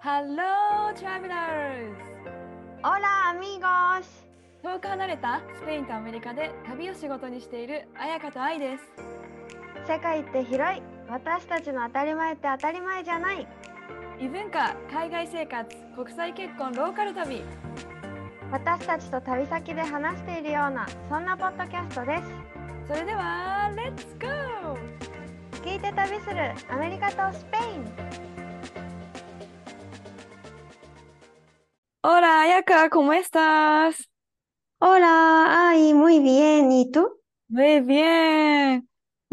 Hello, travelers! Hola amigos! 遠く離れたスペインとアメリカで旅を仕事にしている彩香と愛です。 世界って広い。私たちの当たり前って当たり前じゃない。 異文化、海外生活、国際結婚、ローカル旅。 私たちと旅先で話しているような、そんなポッドキャストです。 それでは、レッツゴー！ 聞いて旅するアメリカとスペイン。 Hola, Ayaka, ¿cómo estás? Hola, ay, muy bien. ¿Y tú? Muy bien.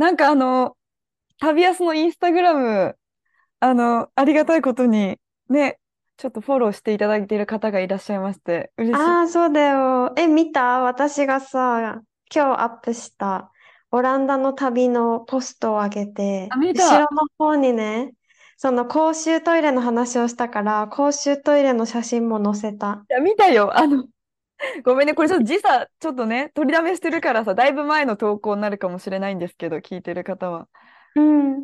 旅安のインスタグラム、ありがたいことに、ね、ちょっとフォローしていただいている方がいらっしゃいまして、嬉しい。 ああ、そうだよ。見た私がさ、今日アップしたオランダの旅のポストを上げて、 あ、見た。 後ろの方にね、その公衆トイレの話をしたから、公衆トイレの写真も載せた。 いや、見たよ。ごめんね、これちょっと時差、ちょっとね、取りだめしてるからさ、だいぶ前の投稿になるかもしれないんですけど、聞いてる方は。 うん。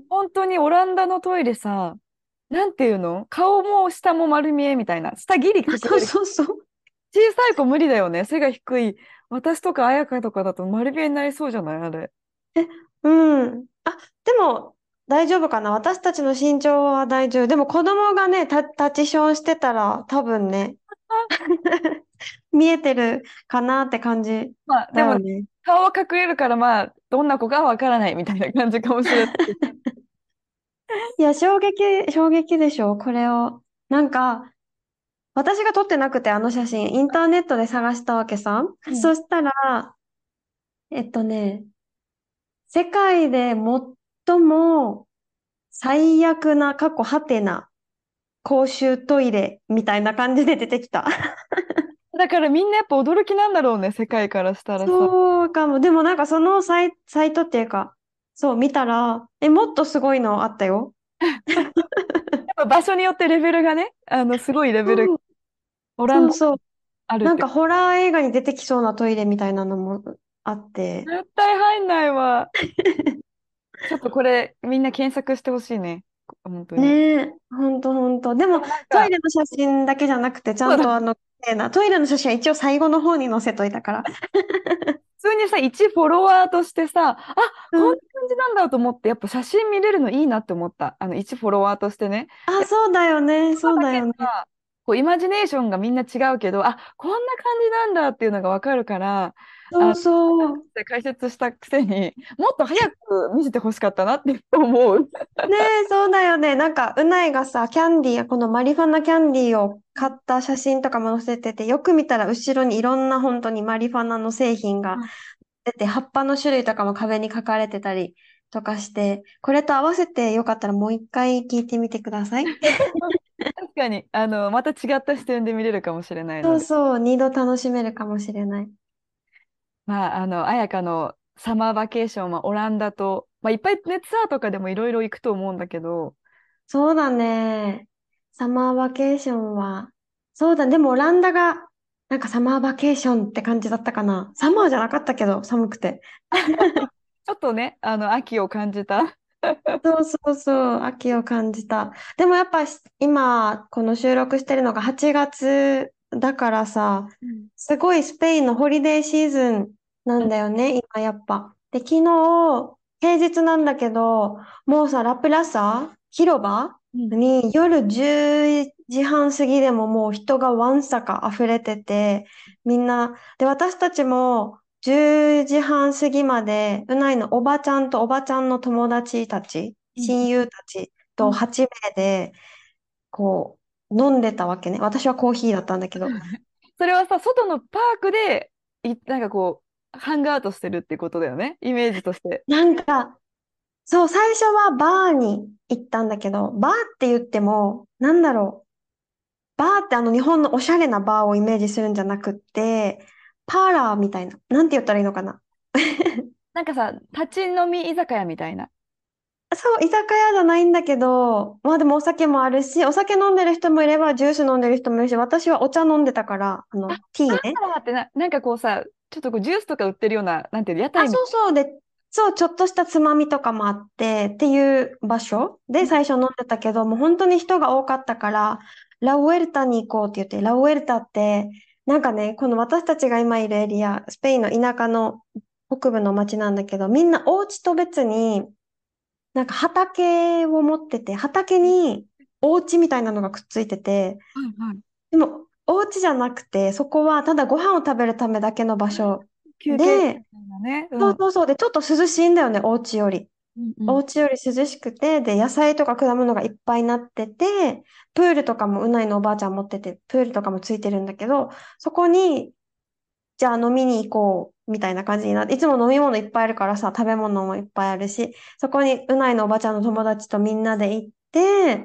本当にオランダのトイレさ、なんていうの顔も下も丸見えみたいな。下ギリ隠そうれる。 そうそう。 小さい子無理だよね。背が低い。私とか彩香とかだと丸見えになりそうじゃないあれ。 え、うん。あ、でも大丈夫かな私たちの身長は大丈夫。でも子供がね、タッチションしてたら多分ね、見えてるかなって感じまあ、でもね、 だよね。 顔は隠れるから、まあ、どんな子かはわからないみたいな感じかもしれない。 いや、衝撃でしょこれを。なんか、私が撮ってなくて、あの写真、インターネットで探したわけさ。 うん。 そしたら、えっとね、世界で最も最悪な過去ハテナ公衆トイレみたいな感じで出てきた。 だからみんなやっぱ驚きなんだろうね、世界からしたらさ。 そうかも。でもなんかそのサイトっていうか、そう見たら、もっとすごいのあったよ。 やっぱ場所によってレベルがね、すごいレベル、 そうオランダそうそう。 あるって。 なんかホラー映画に出てきそうなトイレみたいなのもあって。 絶対入んないわ。ちょっとこれ、みんな検索してほしいね。本当に。 ねえ、ほんとほんと。ででももなんか、 トイレの写真だけじゃなくて、ちゃそうだ。普んと綺麗な、トイレの写真は一応最後の方に載せといたから。 通にさ、一フォロワーとしてさ、あ、こんなうん。 感じなんだと思って、やっぱ写真見れるのいいなって思った。一フォロワーとしてね。 あ、そうだよね。そう言葉だだよね。 けでは、こう、イマジネーションがみんな違うけど、あ、こんな感じなんだっていうのがわかるから、 そうそう。 解説したくせにもっと早く見せてほしかったなって思う。 ねえ、そうだよね。なんか、うないがさ、キャンディー、このマリファナキャンディーを買った写真とかも載せてて、よく見たら後ろにいろんな本当にマリファナの製品が出て、葉っぱの種類とかも壁に書かれてたりとかして、これと合わせてよかったらもう一回聞いてみてください。 確かに、また違った視点で見れるかもしれないので。 そうそう、二度楽しめるかもしれない。 まあ、彩香のサマーバケーションはオランダと、まあ、いっぱいね、ツアーとかでもいろいろ行くと思うんだけど、 そうだね。サマーバケーションは、そうだ、でもオランダが、なんかサマーバケーションって感じだったかな。サマーじゃなかったけど、寒くて。 ちょっとね、秋を感じた。 そうそうそう、秋を感じた。でもやっぱ今、この収録してるのが8月だからさ、 うん。 すごいスペインのホリデーシーズンなんだよね、今やっぱ。で、昨日、平日なんだけど、もうさ、ラプラサ広場うん。 に夜10時半過ぎでももう人がわんさか溢れてて、みんな、で、私たちも10時半過ぎまで、うないのおばちゃんとおばちゃんの友達たち、 うん。 親友たちとうん。 8名で、こ飲んでたわけね。私はコーヒーだったんだけど。 それはさ、外のパークで、なんかこう、ハングアウトしてるってことだよね、イメージとして。 なんか、そう、最初はバーに行ったんだけど、バーって言っても、なんだろう。バーって日本のおしゃれなバーをイメージするんじゃなくって、パーラーみたいな。なんて言ったらいいのかな。 なんかさ、立ち飲み居酒屋みたいな。 そう、居酒屋じゃないんだけど、まあでもお酒もあるし、お酒飲んでる人もいれば、ジュース飲んでる人もいるし、私はお茶飲んでたから、 あ、 ティーね。 パーラーってなんかこうさ、ちょっとこうジュースとか売ってるような、なんていうの、屋あ、 台みたいそうそう。で、そう、ちょっとしたつまみとかもあってっていう場所でな。 最初飲んでたけど、もう本当に人が多かったから、 ラウエルタに行こうって言って、ラウエルタって、なんかね、この私たちが今いるエリア、スペインの田舎の北部の町なんだけど、みんなお家と別に、なんか畑を持ってて、畑にお家みたいなのがくっついてて、 はいはい。 でも、お家じゃなくて、そこはただご飯を食べるためだけの場所休憩みで、 たいなね。うん。 そうそうそう。で、ちょっと涼しいんだよね、お家より。 うんうん。 お家より涼しくて、で、野菜とか果物がいっぱいになってて、プールとかもうないのおばあちゃん持ってて、プールとかもついてるんだけど、そこに、じゃあ飲みに行こう、みたいな感じになって、いつも飲み物いっぱいあるからさ、食べ物もいっぱいあるし、そこにうないのおばちゃんの友達とみんなで行って、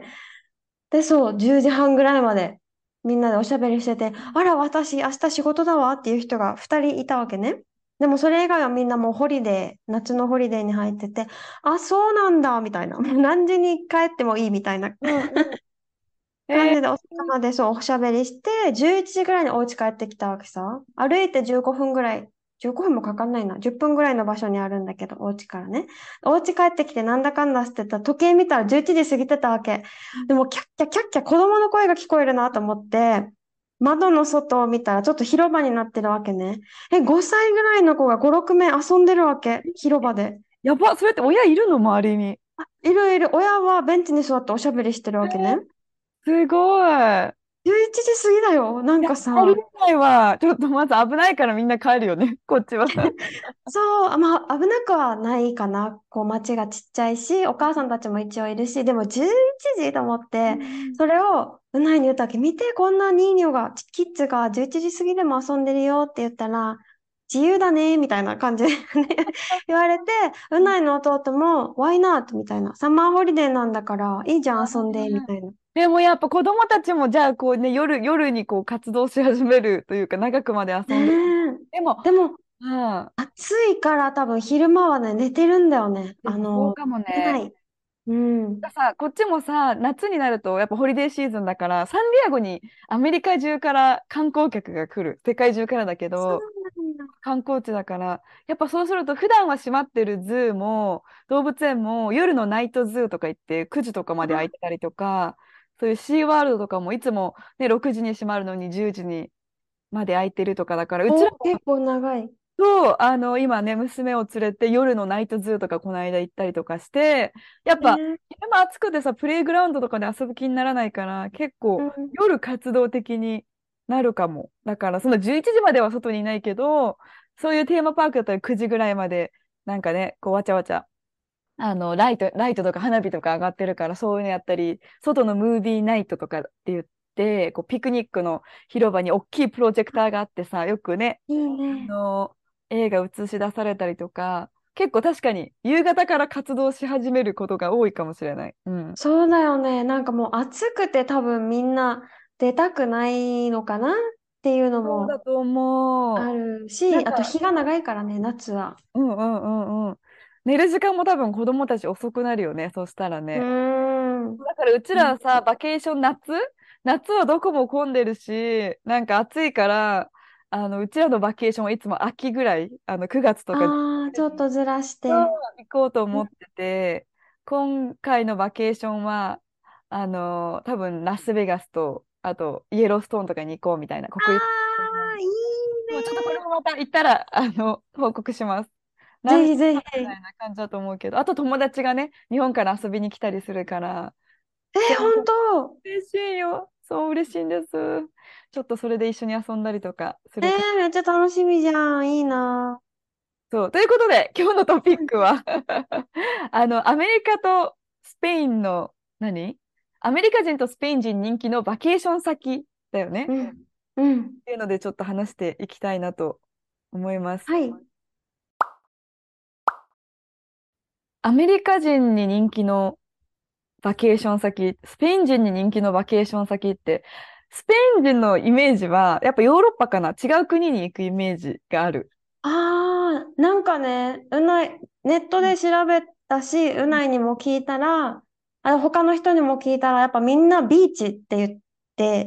で、そう、10時半ぐらいまでみんなでおしゃべりしてて、あら、私、明日仕事だわっていう人が2人いたわけね。でもそれ以外はみんなもうホリデー、夏のホリデーに入ってて、あ、そうなんだ、みたいな。もう何時に帰ってもいいみたいなうんうん。えー、 感じで遅くまでそうおしゃべりして、11時ぐらいにお家帰ってきたわけさ。歩いて15分ぐらい、15分もかかんないな。10分ぐらいの場所にあるんだけど、お家からね。お家帰ってきてなんだかんだしてた時計見たら11時過ぎてたわけ。でもキャッキャキャッキャ子供の声が聞こえるなと思って、窓の外を見たらちょっと広場になってるわけね。5歳ぐらいの子が5、6名遊んでるわけ。広場で。 やば、それって親いるの周りに？ いるいる。親はベンチに座っておしゃべりしてるわけね。 すごい。 11時過ぎだよ。なんいや、帰りかさ、 ないわ。ちょっとまず危ないからみんな帰るよね、こっちは。 そう、まあ、危なくはないかな。こう、街がちっちゃいし、お母さんたちも一応いるし、でも11時と思っうて、 んそれを、うないに言ったわけ、見て、こんなニーニョが、キッズが11時過ぎでも遊んでるよって言ったら、自由だね、みたいな感じでね言われて、うないの弟も、Why not? みたいな。サマーホリデーなんだから、いいじゃん、遊んで、みたいな。 でもやっぱ子供たちもじゃあこうね、夜にこう活動し始めるというか長くまでね遊んで。 え。 でも、 でも、 うん。 暑いから多分昼間はね、寝てるんだよね。 でもそうかもね。 見ない。うん。 さ、こっちもさ、夏になるとやっぱホリデーシーズンだから、サンディエゴにアメリカ中から観光客が来る。世界中からだけそうど、 なんだ。 観光地だから、やっぱそうすると普段は閉まってるズーも動物園も夜のナイトズーとか行って9時とかまで開いてたりとか、そういうシーワールドとかもいつも、ね、6時に閉まるのに10時にまで開いてるとかだから、うちらお、結構長い。 と、今ね、娘を連れて夜のナイトズーとかこの間行ったりとかして、やっぱ、 ね、 昼間暑くてさ、プレイグラウンドとかで遊ぶ気にならないから、結構うん。 夜活動的になるかも。だから、その11時までは外にいないけど、そういうテーマパークだったら9時ぐらいまで、なんかね、こうわちゃわちゃ、ライトとか花火とか上がってるから、そういうのやったり、外のムービーナイトとかって言って、こうピクニックの広場に大きいプロジェクターがあってさ、よくね、 いいあね。 の、映画映し出されたりとか、結構確かに夕方から活動し始めることが多いかもしれない。うん。 そうだよね。なんかもう暑くて多分みんな出たくないのかなっていうのもそうだと思う。 あるし、あとなんか、 日が長いからね、夏は。 うんうんうんうん。寝る時間も多分子供たち遅くなるよね、そしたらうね。 ーん。 だからうちらはさ、バケーション夏はどこも混んでるし、なんか暑いから、うちらのバケーションはいつも秋ぐらい、9月とかああ、ちょっとずらしそうて。 行こうとうん、 思ってて、今回のバケーションは、多分ラスベガスと、あとイエローストーンとかに行こうみたいな、 あ国立公園。 あ、いいもうちょっとこれね。 もまた行ったら、報告します。何時ぜひぜ間みたひ。 いな感じだと思うけど、あと友達がね、日本から遊びに来たりするから、そう、 本当。 嬉しいよ。そう、嬉しいんです。ちょっとそれで一緒に遊んだりとかするか。 めっちゃ楽しみじゃん。いいな。 そう、ということで、今日のトピうん、 ックはアメリカとスペインの、アメリカ人とスペイン人人気のバケーション先だよね。 うん。うん。 っていうので、ちょっと話していきたいなと思います。 はい。 アメリカ人に人気のバケーション先、スペイン人に人気のバケーション先って、スペイン人のイメージは、やっぱヨーロッパかな、違う国に行くイメージがある。 ああ、なんかね、ネットで調べたし、うないにも聞いたら、他の人にも聞いたら、やっぱみんなビーチって言って、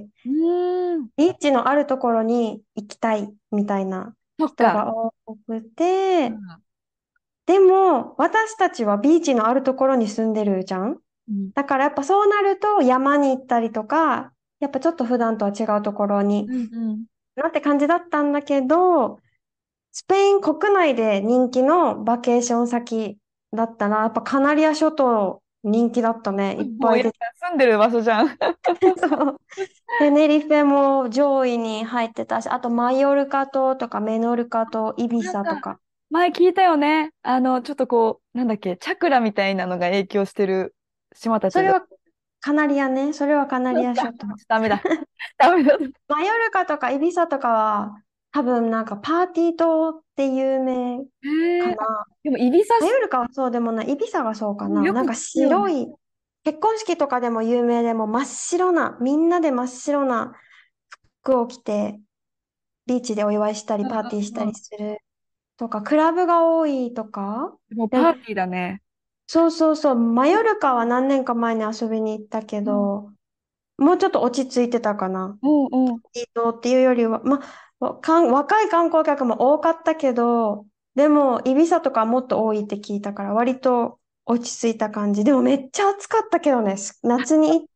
うーん、 ビーチのあるところに行きたいみたいなそっか。 人が多くて、 うん、 でも、私たちはビーチのあるところに住んでるじゃん。 うん、 だからやっぱそうなると山に行ったりとか、 やっぱちょっと普段とは違うところに、 うんうん。 なって感じだったんだけど、スペイン国内で人気のバケーション先だったら、やっぱカナリア諸島人気だったね。いっもうやっぱいで。 ぱ住んでる場所じゃん。 そう。テネリフェも上位に入ってたし、あとマヨルカ島とかメノルカ島、イビなんか、 サとか。 前聞いたよね。ちょっとこう、なんだっけ、チャクラみたいなのが影響してる島たちだ。 それはカナリアね。それはカナリア諸島。 ダメだ。ダメだ。 マヨルカとかイビサとかは、多分なんかパーティー島って有名へえ。 かな。 でも、イビサス、 マヨルカはそうでもない。イビサがそうかな。なんかよく聞くよね。 白い、結婚式とかでも有名でも真っ白な、みんなで真っ白な服を着て、ビーチでお祝いしたり、 うんパーティーしたうんうん。 りするとか、クラブが多いとか。で、 もうパーティーだね。 そうそうそう、マヨルカは何年か前に遊びに行ったけうん。 ど、もうちょっと落ち着いてたかな。 うんうん。 いいとっていうよりは、若い観光客も多かったけど、でも、イビサとかもっと多いって聞いたから、割と落ち着いた感じ。でもめっちゃ暑かったけどね、夏に行って、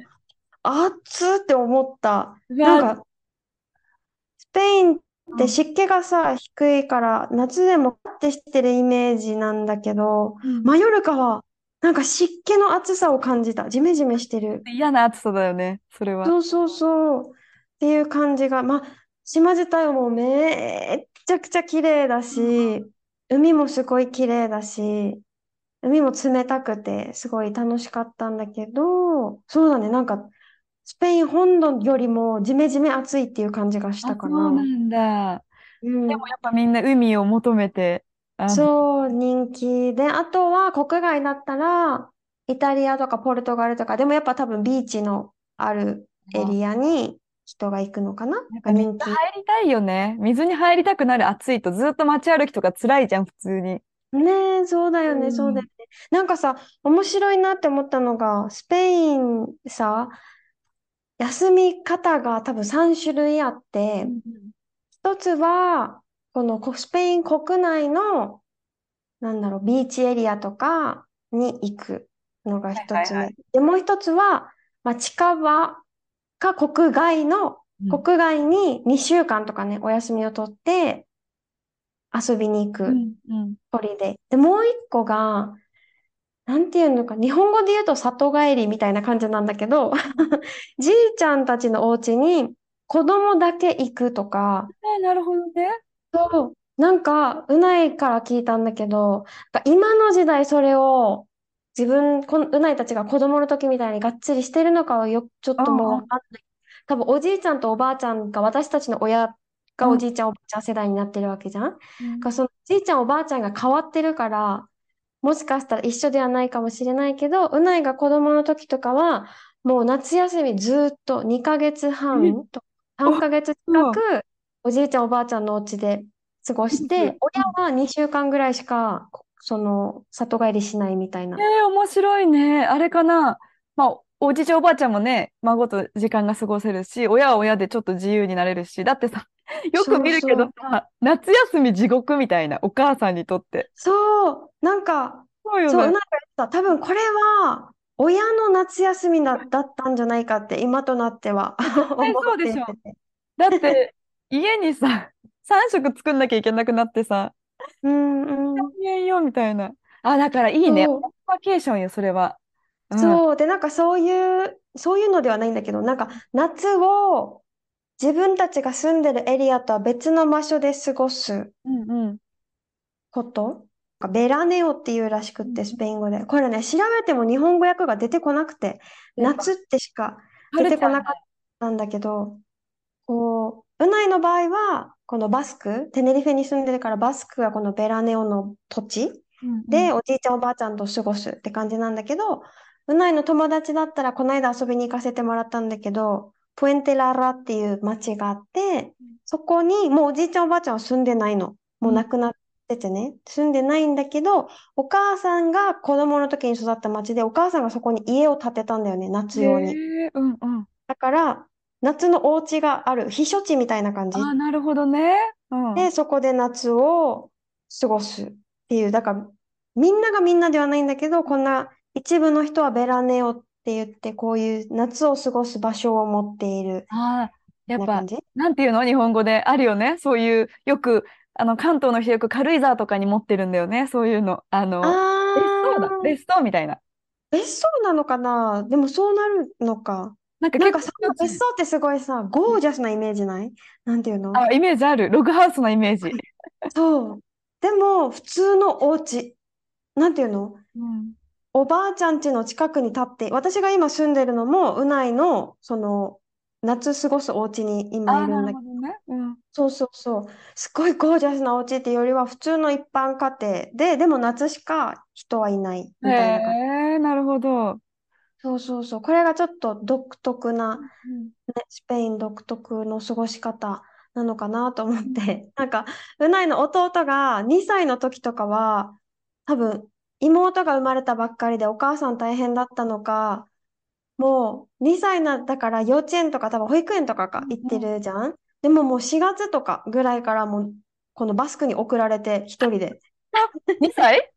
暑って思った。 うわ、 なんか、スペインって湿気がさ、低いから、夏でもカッてしてるイメージなんだけど、 うん。 マヨルカは、なんか湿気の暑さを感じた。ジメジメしてる。 嫌な暑さだよね、それは。 そうそうそう。っていう感じが、まあ、島自体はもうめっちゃくちゃ綺麗だうんし、海もすごい綺麗だし、海も冷たくてすごい楽しかったんだけど、そうだね、なんかスペイン本土よりもジメジメ暑いっていう感じがしあ、 たかそうなな。 んだ。 うん。 でもやっぱみんな海を求めて、 そう、人気で、あとは国外だったら、イタリアとかポルトガルとか、でもやっぱ多分ビーチのあるエリアに人が行くのかななんか水が人気。 入りたいよね。水に入りたくなる暑いとずっと街歩きとか辛いじゃん、普通に。 ねえ、そうだうよね、そうだん。 よね。なんかさ、面白いなって思ったのが、スペインさ、休み方が多分3種類あって、 うん一つは、このスペイン国内の、なんだろう、ビーチエリアとかに行くのがはいはいはい。 一つ目。で、もう一つは、まあ、近場かうん。 国外に2週間とかね、お休みを取って遊びに行くうんうん。 ホリデー。で、もう一個が、なんていうのか、日本語で言うと里帰りみたいな感じなんだけど、 うん。 じいちゃんたちのお家に子供だけ行くとか、 なるほどね。 そう、なんか、うないから聞いたんだけど、なんか今の時代それをうないたちが子供の時みたいにがっつりしてるのかはちょっともううんうん。 わかんない。多分おじいちゃんとおばあちゃんが私たちの親がうんおじいちゃんおばあちゃん世代になってるわけじゃん。だかうん。 らそのおじいちゃんおばあちゃんが変わってるから、もしかしたら一緒ではないかもしれないけど、うないが子供の時とかは、もう夏休みずっと2ヶ月え、 半と3 あ、 ヶ月近うん。 く、おじいちゃんおばあちゃんのお家で過ごして、 うん。 親は2週間ぐらいしか、里帰りしないみたいな。 面白いね。あれかな。まあ、おじいちゃんおばあちゃんもね、孫と時間が過ごせるし、親は親でちょっと自由になれるし、だってさ、よく見るけそうそう。 どさ、夏休み地獄みたいな、お母さんにとって。 そう、なんか、そう、 そうよね。 なんか言った、多分これは、親の夏休みだったんじゃないかって、今となっては絶対思っそうでしょ。 てて。 だって、家にさ、3食作んなきゃいけなくなってさ、 うんうん。 大変よ、みたいな。あ、だからいいね。 そう。 バケーションよ、それは。うん。 そう。で、なんかそういうのではないんだけど、なんか夏を自分たちが住んでるエリアとは別の場所で過ごすうんうん。 こと。なんかベラネオっていうらしくって、スうんうん。 ペイン語で。これね、調べても日本語訳が出てこなくて、 やっぱ、 夏ってしか出カルチャーな。 てこなかったんだけど、うないの場合は、このバスク、テネリフェに住んでるからバスクがこのベラネオの土地うんうん。 でおじいちゃんおばあちゃんと過ごすって感じなんだけど、うないの友達だったらこの間遊びに行かせてもらったんだけど、プエンテララっていう町があって、そこにもうおじいちゃんおばあちゃんは住んでないの。 うん。 もう亡くなっててね、住んでないんだけど、お母さんが子供の時に育った町で、お母さんがそこに家を建てたんだよね、夏へ用に。 え、うんうん。 だから、夏のお家がある、避暑地みたいな感じ。 あ、なるほどね。うん。 で、そこで夏を過ごすっていう、だから、みんながみんなではないんだけど、こんな一部の人はベラネオってって言って、こういう夏を過ごす場所を持っている、 ああ、やっぱ、 な感じ。 なんていうの日本語であるよね。そういう、よく、関東の人よく軽井沢とかに持ってるんだよね。そういうの。別荘だ。 あ別荘みたいな。 別荘なのかな。でもそうなるのか。 なんか結構なんかさ、別人たち、 荘ってすごいさ、ゴージャスなイメージない？なんていうの？ イメージある。ログハウスのイメージ。 そう。でも、普通のお家。なんていうの？ うん。 おばあちゃん家の近くに立って、私が今住んでるのも、うないの、その、夏過ごすお家に今ああ、なるいるんだけど、 ほどね。うん。 そうそうそう。すごいゴージャスなお家っていうよりは、普通の一般家庭で、でも夏しか人はいないへみたいな感じ。 え、なるほど。 そうそうそう。これがちょっと独特な、 うん。 ね、スペイン独特の過ごし方なのかなと思っうん。 て、なんか、うないの弟が2歳の時とかは、多分、妹が生まれたばっかりでお母さん大変だったのか、もう2歳だから幼稚園とか多分保育園とかうん。 か行ってうん。 るじゃん。でももう4月とかぐらいからもう、このバスクに送られて一人で。 あ、2歳？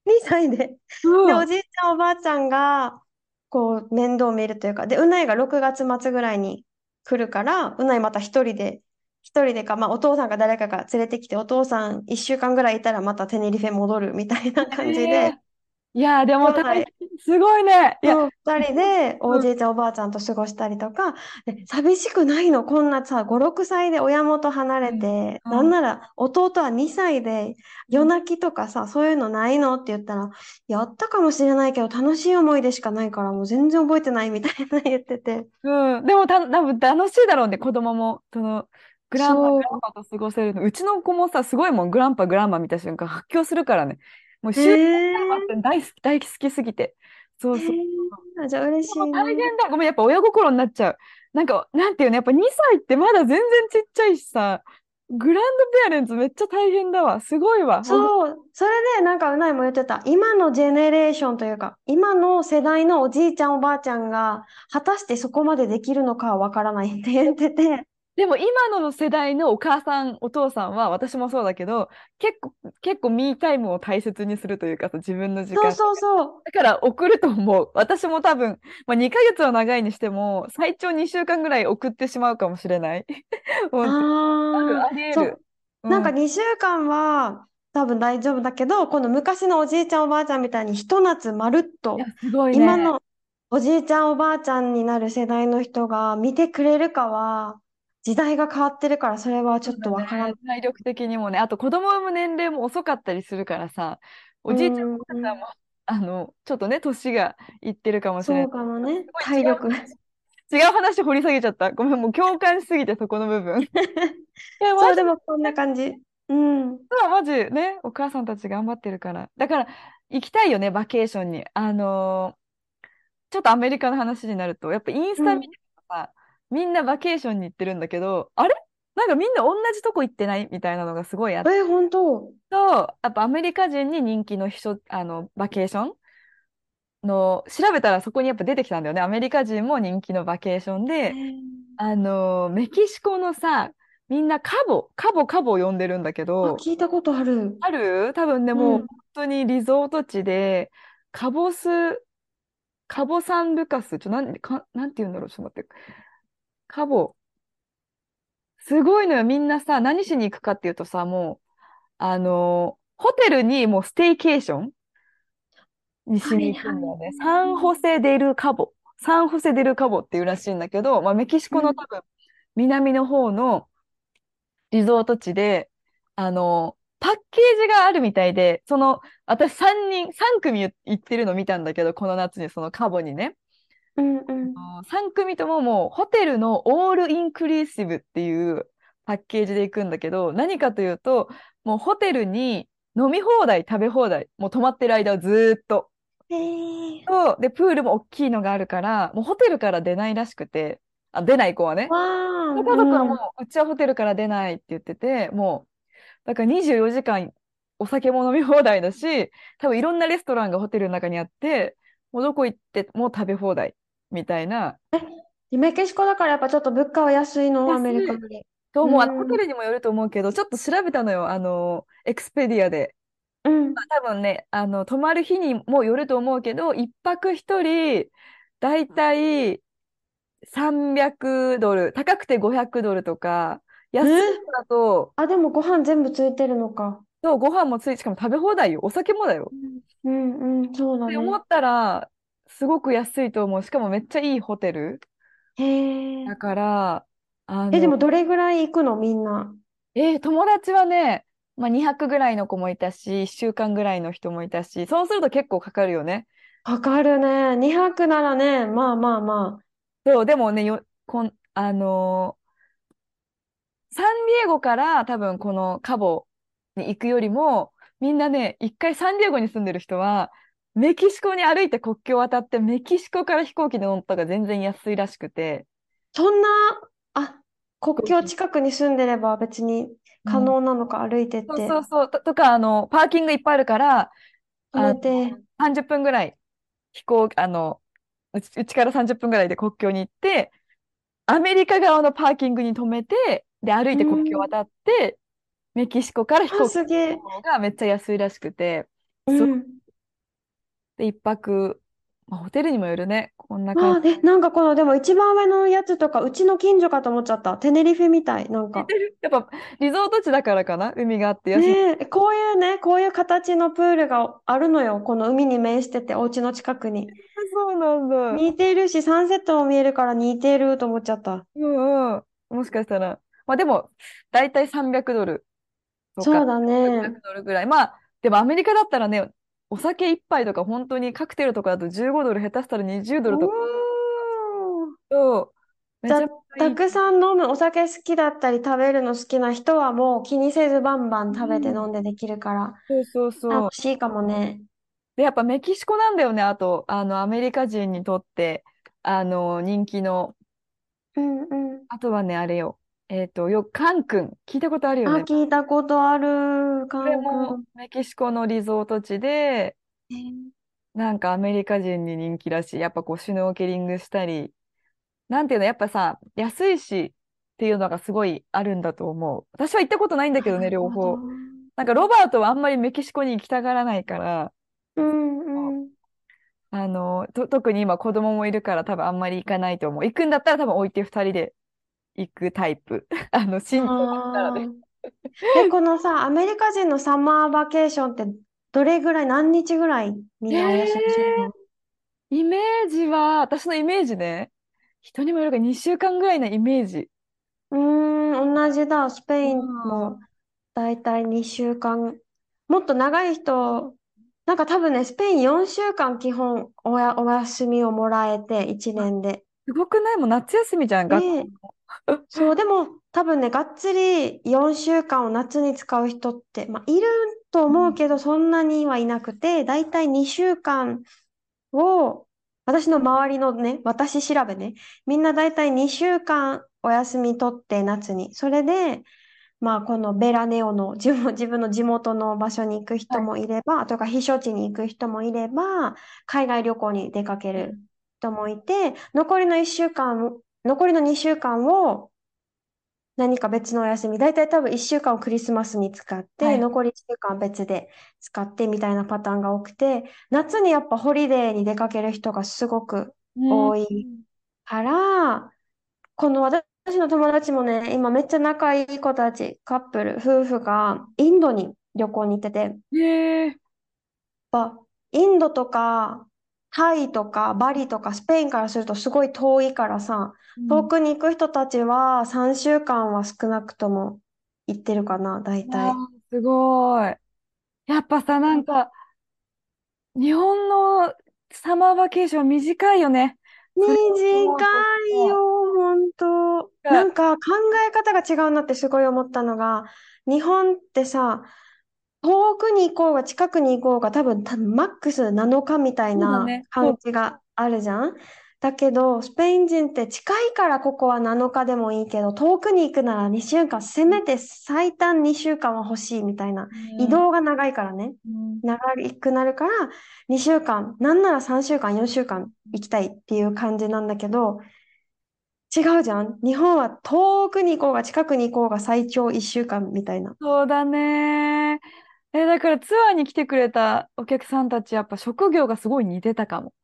2歳で。で、おうん。 じいちゃんおばあちゃんが、こう、面倒見るというか、で、うないが6月末ぐらいに来るから、うないまた一人でか、まあ、お父さんが誰かが連れてきて、お父さん1週間ぐらいいたらまたテネリフェ戻るみたいな感じで、 ええ、いやー、でも大変。 兄弟すごいね。いや、 そう、二人でおうん。 じいちゃんおばあちゃんと過ごしたりとか、で寂しくないの？こんなさ、5、6歳で親元離うん。 れて、 うん。 なんなら弟は2歳で夜うん。 泣きとかさ、そういうのないのって言ったら、やったかもしれないけど楽しい思い出しかないからもう全然覚えてないみたいな言ってて。 うん。でも多分楽しいだろうね、子供も。グランそパと過ごせるの。うちの子もさ、すごいもん、グランパ、グランマ見た瞬間、発狂するからね。もうう。 終電が待って大好きすぎて。そうそう。 あ、じゃあ嬉でもしいな。 大変だ。ごめん、やっぱ親心になっちゃう。なんか、なんていうの、やっぱ2歳ってまだ全然ちっちゃいしさ、グランドペアレンツめっちゃ大変だわ。すごいわ。 そう、それでなんかうないも言ってた。今のジェネレーションというか、今の世代のおじいちゃんおばあちゃんが、果たしてそこまでできるのかはわからないって言ってて。 でも今の世代のお母さん、お父さんは、私もそうだけど、結構ミータイムを大切にするというかさ、自分の時間。 そうそうそう。 だから送ると思う。私も多分、まあ、2ヶ月は長いにしても、最長2週間ぐらい送ってしまうかもしれない。本当に。 ああ、 あり得る。 そう。なんかうん。 2週間は多分大丈夫だけど、この昔のおじいちゃんおばあちゃんみたいにひと夏まるっいや、 と、 すごいね。 今のおじいちゃんおばあちゃんになる世代の人が見てくれるかは、時代が変わってるから、それはちょっそうだね。 とわからない。 体力的にもね。あと子供産む年齢も遅かったりするからさ、おうじいちゃん、おん、 ばあちゃんも、ちょっとね、年がいってるかもしれない。 そうかもね。 すごい体力。 違う話掘り下げちゃった。ごめん、もう共感しすぎて、そこの部分。いや、マそう、 ジででもこんな感じ。うん。 マジね、お母さんたち頑張ってるから。だから、行きたいよね、バケーションに。ちょっとアメリカの話になると、やっぱインスうん。 タ見てるとさ、みんなバケーションに行ってるんだけど、あれなんかみんな同じとこ行ってないみたいなのがすごいあって、 本当？ やっぱアメリカ人に人気のバケーション調べたらそこにやっぱ出てきたんだよね。アメリカ人も人気のバケーションで、メキシコのさ、みんなカボを呼んでるんだけあ、 ど、 聞いたことある。 ある多分ね、 うん。 もう本当にリゾート地で、カボス、カボサンルカス、なんて言うんだろう、ちょっと待って。カボ、すごいのよ。みんなさ、何しに行くかっていうとさ、もう、ホテルにもうステイケーションにしに行くはいはい。 んだよね。サンホセデルカボっていうらしいんだけど、まあ、メキシうん。 コの多分、南の方のリゾート地で、パッケージがあるみたいで、私3組行ってるの見たんだけど、この夏にそのカボにね。 うんうん。 3組とももうホテルのオールインクルーシブっていうパッケージで行くんだけど、何かというと、もうホテルに飲み放題、食べ放題、もう泊まってる間はずーっと。 へえ。 で、プールも大きいのがあるから、もうホテルから出ないらしくて、出ない子はね。 わあ、 家族はうん。 もう、うちはホテルから出ないって言ってて、もう、だから24時間お酒も飲み放題だし、多分いろんなレストランがホテルの中にあって、もうどこ行っても食べ放題みたいな。 メキシコだからやっぱちょっと物価は安いの、アメリカ安い。 より。 と思う。ホうん。 テルにもよると思うけど、ちょっと調べたのよ。エクスペディアで。 うん。 まあ多分ね、泊まる日にもよると思うけど、一泊一人、 だいたい300ドル、高くて500ドルとか、安いえ、 のだと、 あ、でもご飯全部ついてるのか。 そうご飯もつい、しかも食べ放題よ。お酒もだよ。 うん、うん、そうだね。 って思ったら、すごく安いと思う。しかもめっちゃいいホテル。 へえ。 だから、 え、でもどれぐらい行くのみんな？ 友達はね、まあ、200ぐらいの子もいたし、1週間ぐらいの人もいたし、そうすると結構かかるよね。 かかるね。2泊ならね、まあまあまそう、でもね、サンディエゴから多分このカボに行くよりも、みんなね、一回サンディエゴに住んでる人は、メキシコに歩いて国境を渡って、メキシコから飛行機で乗ったが全然安いらしくて、 あ。そんな、あ、国境飛行機。 近くに住んでれば別に可うん。 能なのか、歩いてっそうそて。 うそう。とか、パーキングいっぱいあるから、 止あの、 めて。 30分ぐらい飛行、うちから30分ぐらいで国境に行って、アメリカ側のパーキングに止めて、で、歩いうて国境をん。 渡って、メキシコから飛あ、 行機すげえ。 の方がめっちゃ安いらしくて、そう。 うん。 で、一泊、まあ、ホテルにもよるね。こんな感じ。 あ、なんかこの、でも一番上のやつとか、うちの近所かと思っちゃった。テネリフェみたい、なんか。 似てる。やっぱ、リゾート地だからかな。海があって安い。 ねえ、こういうね、こういう形のプールがあるのよ。この海に面してて、お家の近くに。 そうなんだ。 似てるし、サンセットも見えるから似てると思っちゃった。 うんうん。もしかしたら。まあでも、だいたい300ドルとか、 そうだね。 500ドルぐらい。まあ、でもアメリカだったらね、お酒一杯とか本当にカクテルとかだと15ドル、下手したら20ドルとかおー。 と、めじゃあ、 ちゃめちゃいい。 たくさん飲む、お酒好きだったり食べるの好きな人はもう気にせずバンバンう食べてん。 飲んでできるからそうそうそう。 楽しいかもね。 で、やっぱメキシコなんだよね。あと、アメリカ人にとって、人気の、 うんうん。 あとはね、あれよ。カンクン。聞いたことあるよあ、 ね。 聞いたことある、 こカれもン君。 メキシコのリゾート地で、なんかアメリカ人に人気らしい。やっぱこう、シュノーケリングしたり、なんていうの、やっぱさ、安いしっていうのがすごいあるんだと思う。私は行ったことないんだけどね、 なるほど。 両方。なんかロバートはあんまりメキシコに行きたがらないから、 うんうん。 特に今子供もいるから多分あんまり行かないと思う。行くんだったら多分置いて2人で行くタイプ。慎重だったらね。 ああ。このさ、アメリカ人のサマーバケーションってどれぐらい、何日ぐらいみえんなお休みするー、 の？ イメージは、私のイメージね、人にもよるが2週間ぐらいのイメージ。 同じだ。スペうインん。 もだいたい2週間。もっと長い人、なんか多分ね、スペイン4週間基本お休みをもらえて、1 あ、 年で。 すごくない？もう夏休みじゃん、学校で、 の。 そう、でも多分ね、がっつり4週間を夏に使う人って、まあ、いるとうん。 思うけど、そんなにはいなくて、だいたい2週間を、私の周りのね、私調べね、みんなだいたい2週間お休み取って夏に。それで、まあ、このベラネオの自分の地元の場所に行く人はい。 もいれば、とか避暑地に行く人もいれば、海外旅行に出かける人もいて、残りの2週間を何か別のお休み、だいたい多分1週間をクリスマスに使って、 はい。 残り1週間別で使ってみたいなパターンが多くて、夏にやっぱホリデーに出かける人がすごくうん。 多いから、この私の友達もね、今めっちゃ仲いい子たち、カップル、夫婦がインドに旅行に行ってて、 ええ。 インドとか、タイとか、バリとか、スペインからするとすごい遠いからさ、 うん。 遠くに行く人たちは3週間は少なくとも行ってるかな、大体。 わあ、すごい。やっぱさ、なんか、日本のサマーバケーション短いよね。それを思短うとさ、 いよ、本当。なんか考え方が違うなってすごい思ったのが、日本ってさ、遠くに行こうが近くに行こうが多分マックス7日みたいなそうだね。そう。 感じがあるじゃん。だけど、スペイン人って近いからここは7日でもいいけど、遠くに行くなら2週間、せめて最短2週間は欲しいみたいな。 うん。 移動が長いからね。 うん。 長くなるから2週間、なんなら3週間、4週間行きたいっていう感じなんだけど、違うじゃん。日本は遠くに行こうが近くに行こうが最長1週間みたいな。 そうだね。だからツアーに来てくれたお客さんたち、やっぱ職業がすごい似てたかも。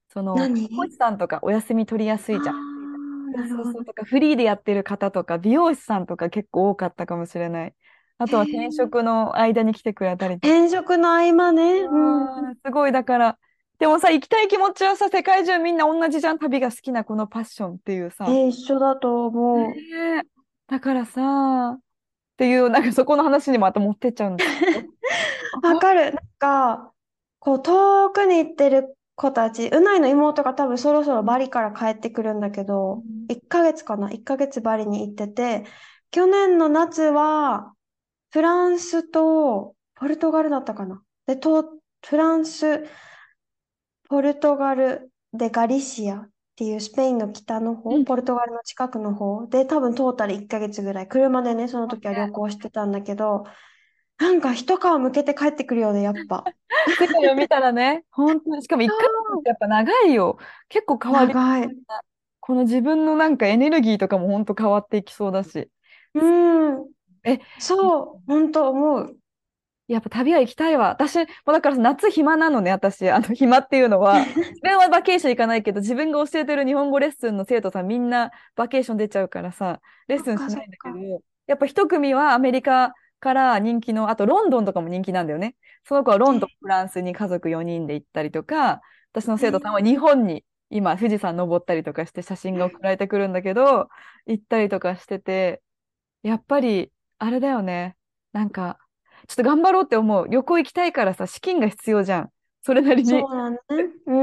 その、看護何？ 師さんとかお休み取りやすあいじゃん。 あー、 そうなるほど。 そうそうとか、フリーでやってる方とか、美容師さんとか結構多かったかもしれない。あへとは転え。 職の間に来てくれたりとか。 転職の合間ね。うん。 すごい、だから、でもさ、行きたい気持ちはさ、世界中みんな同じじゃん、旅が好きなこのパッションっていうさ。 一緒だと思う。 ねえだからさ、っていう、なんかそこの話にまた持ってっちゃうんですけど。あわかる。なんか、こう、遠くに行ってる子たち、うないの妹が多分そろそろバリから帰ってくるんだけど、 うん 1ヶ月かな？ 1 ヶ月バリに行ってて、去年の夏は、フランスとポルトガルだったかな。で、フランス、ポルトガルでガリシアっていうスペインの北の方、 うんポルトガルの近くの方で、多分トータル1ヶ月ぐらい、車でね、その時は旅行してたんだけど、なんか一皮むけて帰ってくるよね、やっぱ。 世界を見たらね、本当に、しかも1ヶ月ってやっぱ長いよ。結構変わり、 長い。 この自分のなんかエネルギーとかも本当変わっていきそうだし。 うん。 え、 そう、本当思う。 やっぱ旅は行きたいわ。私、もうだから夏暇なのね、私。暇っていうのは、自分はバケーション行かないけど、自分が教えてる日本語レッスンの生徒さんみんなバケーション出ちゃうからさ、レッそっかスンしないんそっか。 だけど、やっぱ一組はアメリカから人気の、あとロンドンとかも人気なんだよね。その子はロンドン、 え、 フランスに家族4人で行ったりとか、私の生徒さんはえ日本に今富士山登ったりとかして写真が送られてくるんだけど、行ったりとかしてて、やっぱり、あれだよね。なんか、ちょっと頑張ろうって思う。旅行行きたいからさ、資金が必要じゃん。それなりに。 そうだね。うん。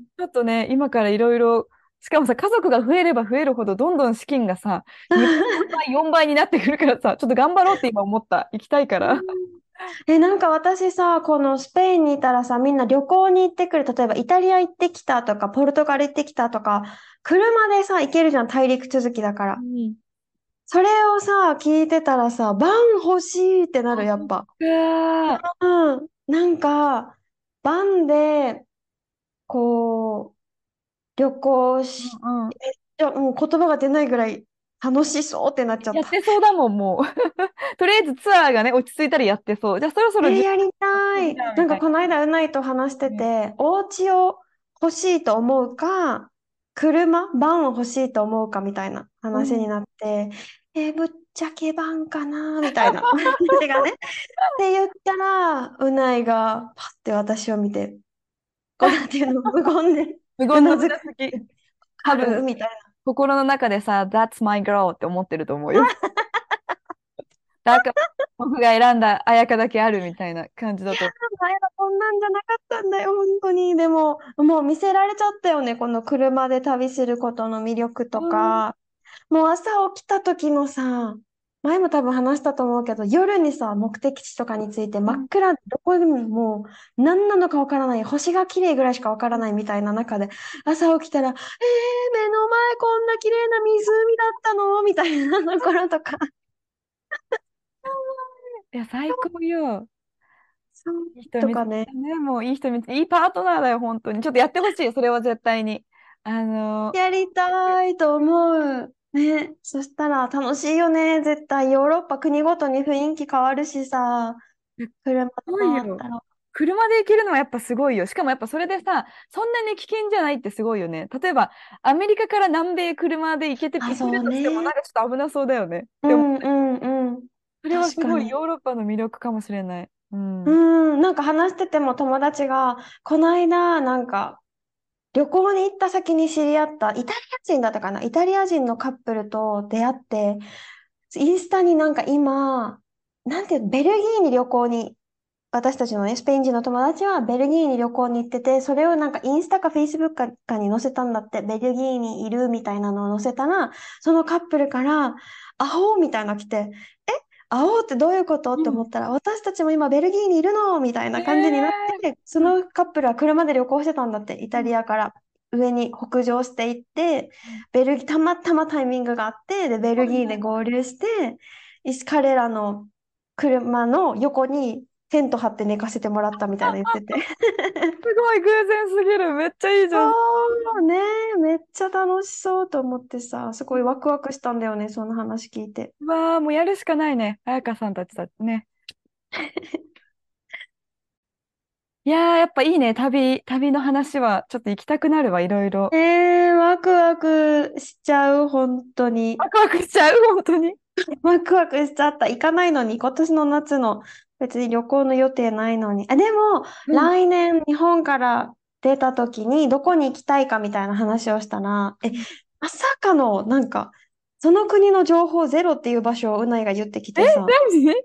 ちょっとね、今からいろいろ、しかもさ、家族が増えれば増えるほど、どんどん資金がさ、2倍、3倍、4倍になってくるからさ、ちょっと頑張ろうって今思った。行きたいから。 なんか私さ、このスペインにいたらさ、みんな旅行に行ってくる。例えばイタリア行ってきたとか、ポルトガル行ってきたとか、車でさ、行けるじゃん、大陸続きだから。 うん。 それをさ、聞いてたらさ、バン欲しいってなあ、 る、やそっっぱ。 か。 うん。なんか、バンで、こう、旅行し、 うんうん。 いや、もう言葉が出ないぐらい楽しそうってなっちゃっやった。 てそうだもん、もう。とりあえずツアーがね、落ち着いたらやってそう。じゃあそろそろやりたい。 じゃんみたいなんかこの間うないと話してな。ねて、お家を欲しいと思うか、バンを欲しいと思うかみたいなうん。 話になって、ぶっちゃけバンかなみたいな。私がね。って言ったら、うないがパッて私を見て、こうなんていうの、無言で無言のううなずく。 なずき。多あ分、 るみたい心の中でさ、That's my girl って思ってると思うよ。だから、僕が選んだ綾香だけあるみたいな感じだと。 前はこんなんじゃなかったんだよ、本当に。でも、もう見せられちゃったよね、この車で旅することの魅力とうんか。もう朝起きた時のさ、前も多分話したと思うけど、夜にさ、目的地とかについて真っうん暗でどこでももう何なのかわからない、星が綺麗ぐらいしかわからないみたいな中で、朝起きたら、目の前こんな綺麗な湖だったのみたいなところとか。 いや、最高よ。 そういい人見つけとかね。 たね。もういい人見つけ、いいパートナーだよ、本当に。ちょっとやってほしい、それは絶対に。 やりたいと思う。ね。そしたら楽しいよね。絶対ヨーロッパ国ごとに雰囲気変わるしさ、 す車でごいよ。 回ったら。 車で行けるのはやっぱすごいよ。しかもやっぱそれでさ、そんなに危険じゃないってすごいよね。例えば、アメリカから南米車であ、 行けるそうとしても、なんね。 かちょっと危なそうだよね。でも、 うんうんうん。 それはすごい確かに。 ヨーロッパの魅力かもしれない。うん。 なんか話してても友達が、この間、なんか、旅行に行った先に知り合ったイタリア人だったかな、イタリア人のカップルと出会って、インスタになんか今、なんていうの、ベルギーに旅行に私たちのね、スペイン人の友達はベルギーに旅行に行ってて、それをなんかインスタかフェイスブックかに載せたんだって、ベルギーにいるみたいなのを載せたら、そのカップルから、アホみたいなの来て、アホってどういうことっうん。 て思ったら、私たちも今ベルギーにいるのみたいな感じになっえて、そのカップルは車で旅行してたんだって、イタリアから上に北上していって、たまたまタイミングがあって、で、ベルギーで合流して、彼らの車の横にテント張って寝かせてもらったみたいな言ってて。 すごい偶然すぎる。めっちゃいいじゃん。 そうね、めっちゃ楽しそうと思ってさ、すごいワクワクしたんだよね、その話聞いて。 うわあ、もうやるしかないね。彩香さんたちだってね。 いやー、やっぱいいね。旅の話はちょっと行きたくなるわ、いろいろ。 ワクワクしちゃう、本当に。 ワクワクしちゃう、本当に。 ワクワクしちゃった。行かないのに、今年の夏の別に旅行の予定ないのに。あ、でも、 うん。 来年日本から出た時にどこに行きたいかみたいな話をしたら、まさかの、その国の情報ゼロっていう場所をうないが言ってきえ、 てさ。 何？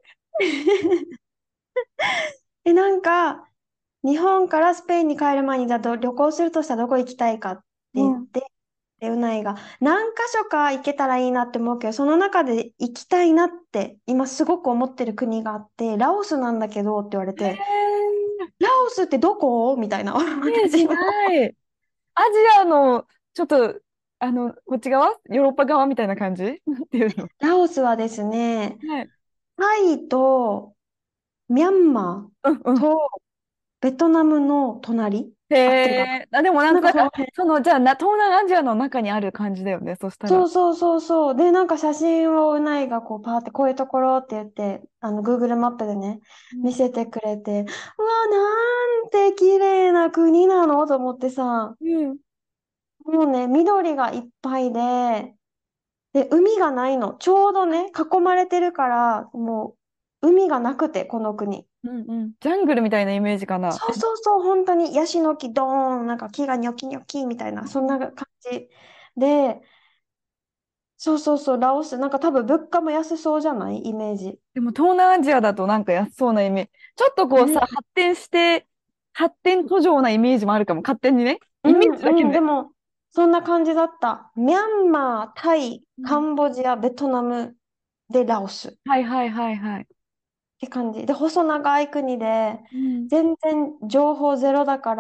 なんか、日本からスペインに帰る前に旅行するとしたらどこ行きたいかってうん。 言って、で、うないが何箇所か行けたらいいなって思うけど、その中で行きたいなって今すごく思ってる国があって、ラオスなんだけどって言われて、ラオスってどこみたいな。 イメージ私も。 ない。アジアの、ちょっと、こっち側ヨーロッパ側みたいな感じなんていうの？ ラオスはですね、 はい。 タイとミャンマーうんうん。 とベトナムの隣へ合ってるかな。 え。あ、でもなんとなく、 その辺。 じゃあ東南アジアの中にある感じだよね。そしたら。 そうそうそうそう。で、写真をうないがこうパーってこういうところって言って、Google マップでね、 うん。 見せてくれて、うわ、なんて綺麗な国なのと思ってさ、 うん。 もうね、緑がいっぱいで、海がないの。ちょうどね、囲まれてるから、もう、海がなくて、この国。 うんうん。ジャングルみたいなイメージかな。 そうそうそう、本当にヤシの木ドーン、木がニョキニョキみたいな、そんな感じ。で、そうそうそう、ラオス、多分物価も安そうじゃないイメージ。 でも東南アジアだとなんか安そうなイメージ。ちょっとこうさ、 ね。 発展途上なイメージもあるかも。勝手にね。 うイメージだけんうん、でね。 も、そんな感じだった。ミャンマー、タイ、 うん。 カンボジア、ベトナムでラオスっはいはいはいはい。 て感じ。で、細長い国で、 うん。 全然情報ゼロだから、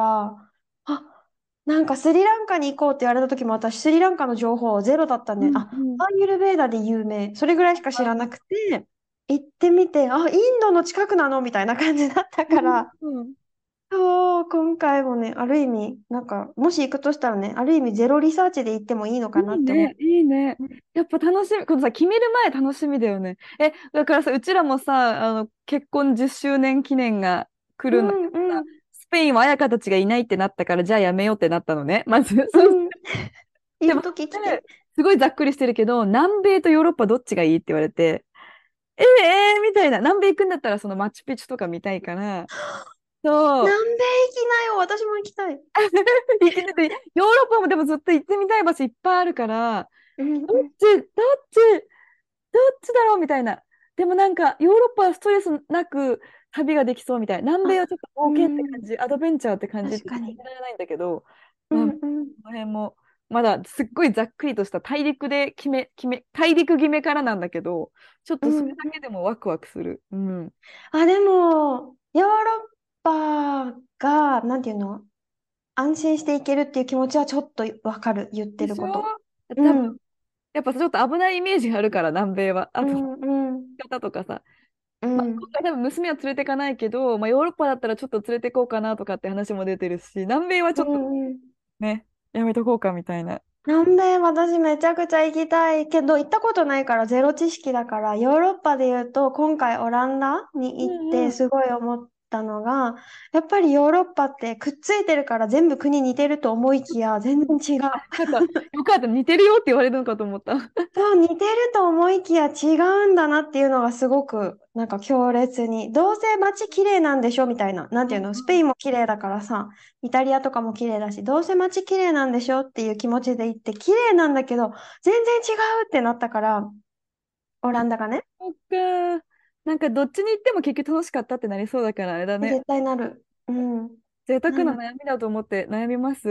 スリランカに行こうって言われた時も私、スリランカの情報ゼロだったね。 うんうん。 アーユルヴェーダで有名。それぐらいしか知らなくて、行ってみて、インドの近くなのみたいな感じだったうん。 から、 うん。 そう、今回もね、ある意味、もし行くとしたらね、ある意味ゼロリサーチで行ってもいいのかなって思いいね、いいね。 う。 やっぱ楽しみ、このさ、決める前楽しみだよね。だからさ、うちらもさ、結婚10周年記念が来うるんだけどさ、 んうんスペインは彩香たちがいないってなったから、じゃあやめようってなったのね。まず、 うそう。 ん。いでも、 い時来て。 すごいざっくりしてるけど、南米とヨーロッパどっちがいいって言われて、みたいな。南米行くんだったら、そのマチュピチュとか見たいから、そう。 南米行きなよ。私も行きたい。 行ってて、ヨーロッパもでもずっと行ってみたい場所いっぱいあるから、 うんうん。 どっち、どっち、どっちだろうみたいな。でもなんか、ヨーロッパはストレスなく旅ができそうみたいな。南米はちょっとう冒険って感ん。 じ、アドベンチャーって感じって決確かに。 められないんだけど、まあ、こうんうん。 の辺も、まだすっごいざっくりとした大陸で大陸決めからなんだけど、ちょっとそれうん。 だけでもワクワクする。うん。 でも、ヨーロッパが、なんていうの安心していけるっていう気持ちはちょっとわかる。言ってでしょ？ ること。う多分、 ん。 やっぱちょっと危ないイメージがあるから、南米は。あと、 うんうん。 方とかさ、まあ、今うん。 回多分娘は連れてかないけど、まあ、ヨーロッパだったらちょっと連れてこうかなとかって話も出てるし、南米はちうょっとんうん。 ね、やめとこうかみたいな。 南米私めちゃくちゃ行きたいけど、行ったことないからゼロ知識だから、ヨーロッパで言うと、今回オランダに行ってうんうん。 すごい思ったのが、やっぱりヨーロッパってくっついてるから全部国似てると思いきや、全然違う。 あ、よかった。よかった。似てるよって言われるのかと思った。 そう、似てると思いきや違うんだなっていうのがすごく、強烈に。どうせ街綺麗なんでしょみたいな。なんていうのスペインも綺麗だからさ、イタリアとかも綺麗だし、どうせ街綺麗なんでしょっていう気持ちで行って、綺麗なんだけど、全然違うってなったから、オランダがね。 そっか。なんかどっちに行っても結局楽しかったってなりそうだからあれだね。 絶対なる。うん。 贅沢ななる。 悩みだと思って悩みます。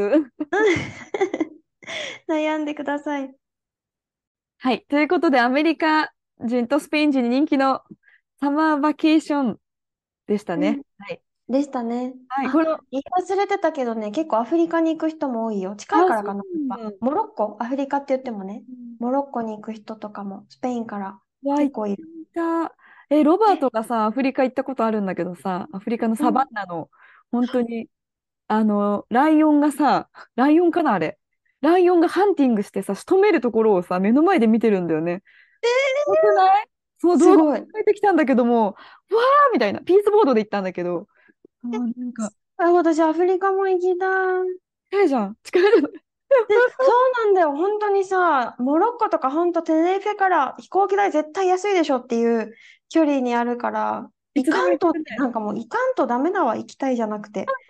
悩んでください。 はい。ということで、アメリカ人とスペイン人に人気のサマーバケーションでしたね。 うん。 はい。 でしたね。 はい。この、 言い忘れてたけどね、結構アフリカに行く人も多いよ。近いあ、そうからかな、やっぱ。 なんだ。 モロッコ、アフリカって言ってもね、 うん。 モロッコに行く人とかも、スペインからわ、行って結構いる。 みた。ロバートがさ、アフリカ行ったことあるんだけどさ、アフリカのサバンうん。 ナの、本当に、ライオンがさ、ライオンかなあれ。ライオンがハンティングしてさ、仕留めるところをさ、目の前で見てるんだよね。よくない？その動画すごい。 が出てきたんだけども、わーみたいな、ピースボードで行ったんだけど、なんか、 あ、私アフリカも行きたい。 近いじゃん。近いじゃん。 で、そうなんだよ。本当にさ、モロッコとか本当テネリフェから飛行機代絶対安いでしょっていう距離にあるから、 いつでも行かんとって、 行けるね。 なんかもう行かんとダメだわ、行きたいじゃなくて。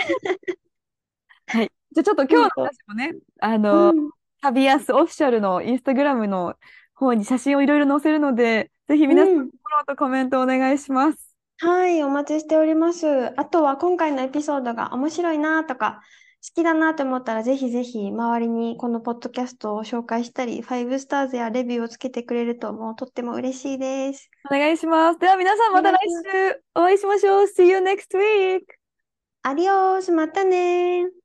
はい。じゃあちょっと今日のそうそ話もね、 う。うん。 旅安オフィシャルのインスタグラムの方に写真をいろいろ載せるので、ぜひう皆さん、フォん。 ローとコメントお願いします。 はい、お待ちしております。あとは今回のエピソードが面白いなとか、好きだなと思ったらぜひぜひ周りにこのポッドキャストを紹介したり、5スターズやレビューをつけてくれるともうとっても嬉しいです。 お願いします。では皆さんまた来お願いします。 週お会いしましょう。See you next week! アディオース、またねー。